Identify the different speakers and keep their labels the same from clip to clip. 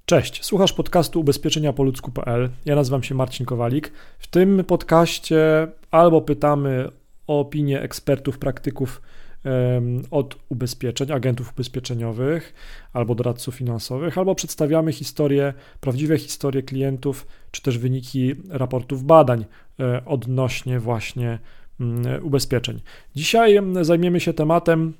Speaker 1: Cześć, słuchasz podcastu ubezpieczeniapoludzku.pl. Ja nazywam się Marcin Kowalik. W tym podcaście albo pytamy o opinię ekspertów, praktyków od ubezpieczeń, agentów ubezpieczeniowych albo doradców finansowych, albo przedstawiamy prawdziwe historie klientów, czy też wyniki raportów badań odnośnie właśnie ubezpieczeń. Dzisiaj zajmiemy się tematem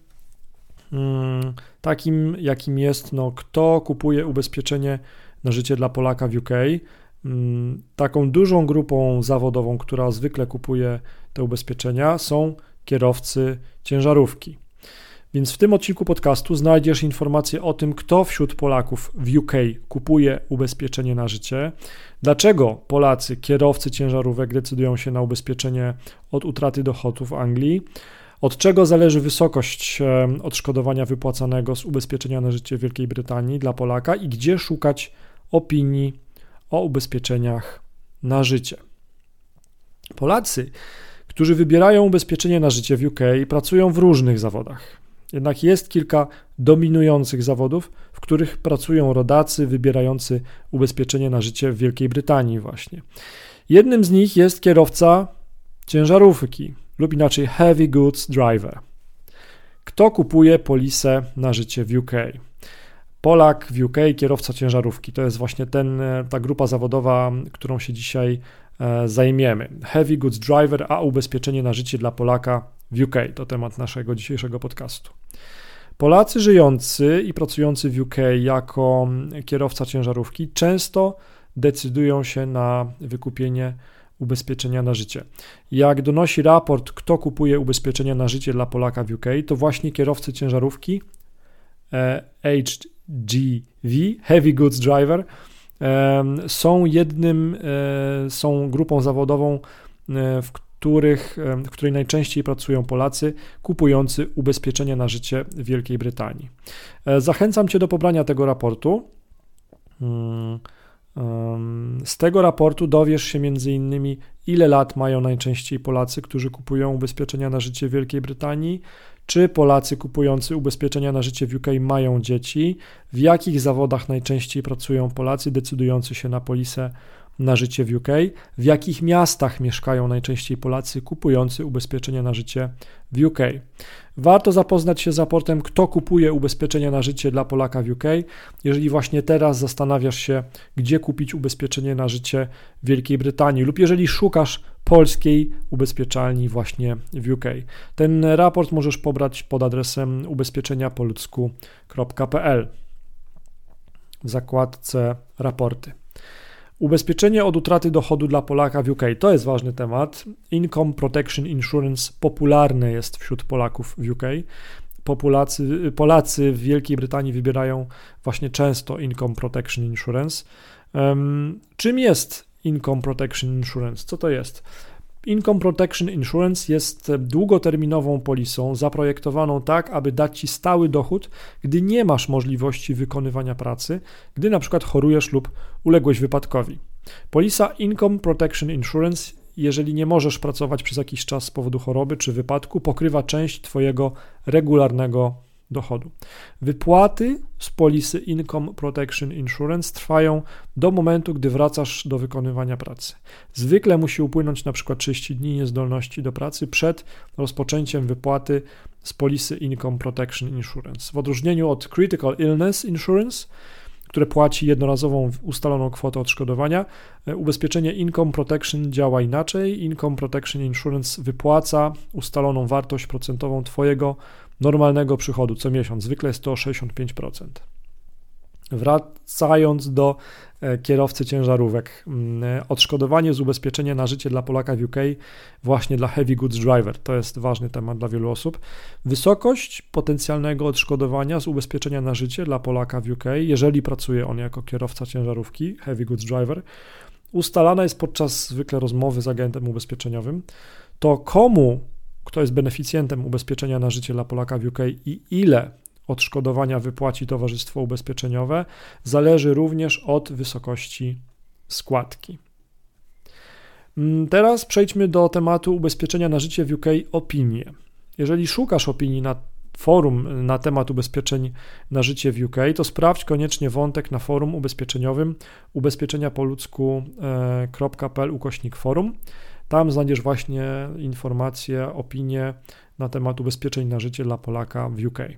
Speaker 1: takim, jakim jest, kto kupuje ubezpieczenie na życie dla Polaka w UK. Taką dużą grupą zawodową, która zwykle kupuje te ubezpieczenia, są kierowcy ciężarówki. Więc w tym odcinku podcastu znajdziesz informacje o tym, kto wśród Polaków w UK kupuje ubezpieczenie na życie, dlaczego Polacy, kierowcy ciężarówek decydują się na ubezpieczenie od utraty dochodów w Anglii, od czego zależy wysokość odszkodowania wypłacanego z ubezpieczenia na życie w Wielkiej Brytanii dla Polaka i gdzie szukać opinii o ubezpieczeniach na życie. Polacy, którzy wybierają ubezpieczenie na życie w UK, pracują w różnych zawodach. Jednak jest kilka dominujących zawodów, w których pracują rodacy wybierający ubezpieczenie na życie w Wielkiej Brytanii właśnie. Jednym z nich jest kierowca ciężarówki lub inaczej heavy goods driver. Kto kupuje polisę na życie w UK? Polak w UK, kierowca ciężarówki. To jest właśnie ta grupa zawodowa, którą się dzisiaj zajmiemy. Heavy goods driver, a ubezpieczenie na życie dla Polaka w UK. To temat naszego dzisiejszego podcastu. Polacy żyjący i pracujący w UK jako kierowca ciężarówki często decydują się na wykupienie ubezpieczenia na życie. Jak donosi raport, kto kupuje ubezpieczenia na życie dla Polaka w UK, to właśnie kierowcy ciężarówki HGV, Heavy Goods Driver, są grupą zawodową, w której najczęściej pracują Polacy kupujący ubezpieczenia na życie w Wielkiej Brytanii. Zachęcam Cię do pobrania tego raportu. Z tego raportu dowiesz się m.in. ile lat mają najczęściej Polacy, którzy kupują ubezpieczenia na życie w Wielkiej Brytanii, czy Polacy kupujący ubezpieczenia na życie w UK mają dzieci, w jakich zawodach najczęściej pracują Polacy decydujący się na polisę na życie w UK, w jakich miastach mieszkają najczęściej Polacy kupujący ubezpieczenia na życie w UK. Warto zapoznać się z raportem, kto kupuje ubezpieczenia na życie dla Polaka w UK, jeżeli właśnie teraz zastanawiasz się, gdzie kupić ubezpieczenie na życie w Wielkiej Brytanii lub jeżeli szukasz polskiej ubezpieczalni właśnie w UK. Ten raport możesz pobrać pod adresem ubezpieczeniapoludzku.pl w zakładce raporty. Ubezpieczenie od utraty dochodu dla Polaka w UK to jest ważny temat. Income Protection Insurance popularne jest wśród Polaków w UK. Polacy w Wielkiej Brytanii wybierają właśnie często Income Protection Insurance. Czym jest Income Protection Insurance? Co to jest? Income Protection Insurance jest długoterminową polisą zaprojektowaną tak, aby dać Ci stały dochód, gdy nie masz możliwości wykonywania pracy, gdy na przykład chorujesz lub uległeś wypadkowi. Polisa Income Protection Insurance, jeżeli nie możesz pracować przez jakiś czas z powodu choroby czy wypadku, pokrywa część Twojego regularnego dochodu. Wypłaty z polisy Income Protection Insurance trwają do momentu, gdy wracasz do wykonywania pracy. Zwykle musi upłynąć na przykład 30 dni niezdolności do pracy przed rozpoczęciem wypłaty z polisy Income Protection Insurance. W odróżnieniu od Critical Illness Insurance, które płaci jednorazową ustaloną kwotę odszkodowania, ubezpieczenie Income Protection działa inaczej. Income Protection Insurance wypłaca ustaloną wartość procentową Twojego normalnego przychodu co miesiąc. Zwykle jest to 65%. Wracając do kierowcy ciężarówek. Odszkodowanie z ubezpieczenia na życie dla Polaka w UK właśnie dla Heavy Goods Driver. To jest ważny temat dla wielu osób. Wysokość potencjalnego odszkodowania z ubezpieczenia na życie dla Polaka w UK, jeżeli pracuje on jako kierowca ciężarówki, Heavy Goods Driver, ustalana jest podczas zwykle rozmowy z agentem ubezpieczeniowym. To kto jest beneficjentem ubezpieczenia na życie dla Polaka w UK i ile odszkodowania wypłaci towarzystwo ubezpieczeniowe, zależy również od wysokości składki. Teraz przejdźmy do tematu ubezpieczenia na życie w UK opinie. Jeżeli szukasz opinii forum na temat ubezpieczeń na życie w UK, to sprawdź koniecznie wątek na forum ubezpieczeniowym ubezpieczeniapoludzku.pl/forum. Tam znajdziesz właśnie informacje, opinie na temat ubezpieczeń na życie dla Polaka w UK.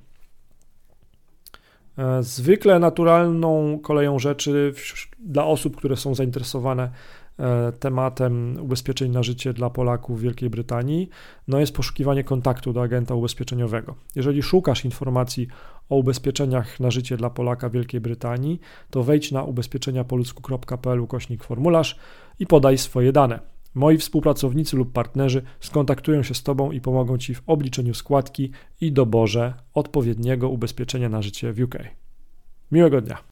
Speaker 1: Zwykle naturalną koleją rzeczy dla osób, które są zainteresowane tematem ubezpieczeń na życie dla Polaków w Wielkiej Brytanii, jest poszukiwanie kontaktu do agenta ubezpieczeniowego. Jeżeli szukasz informacji o ubezpieczeniach na życie dla Polaka w Wielkiej Brytanii, to wejdź na ubezpieczeniapoludzku.pl/formularz i podaj swoje dane. Moi współpracownicy lub partnerzy skontaktują się z Tobą i pomogą Ci w obliczeniu składki i doborze odpowiedniego ubezpieczenia na życie w UK. Miłego dnia.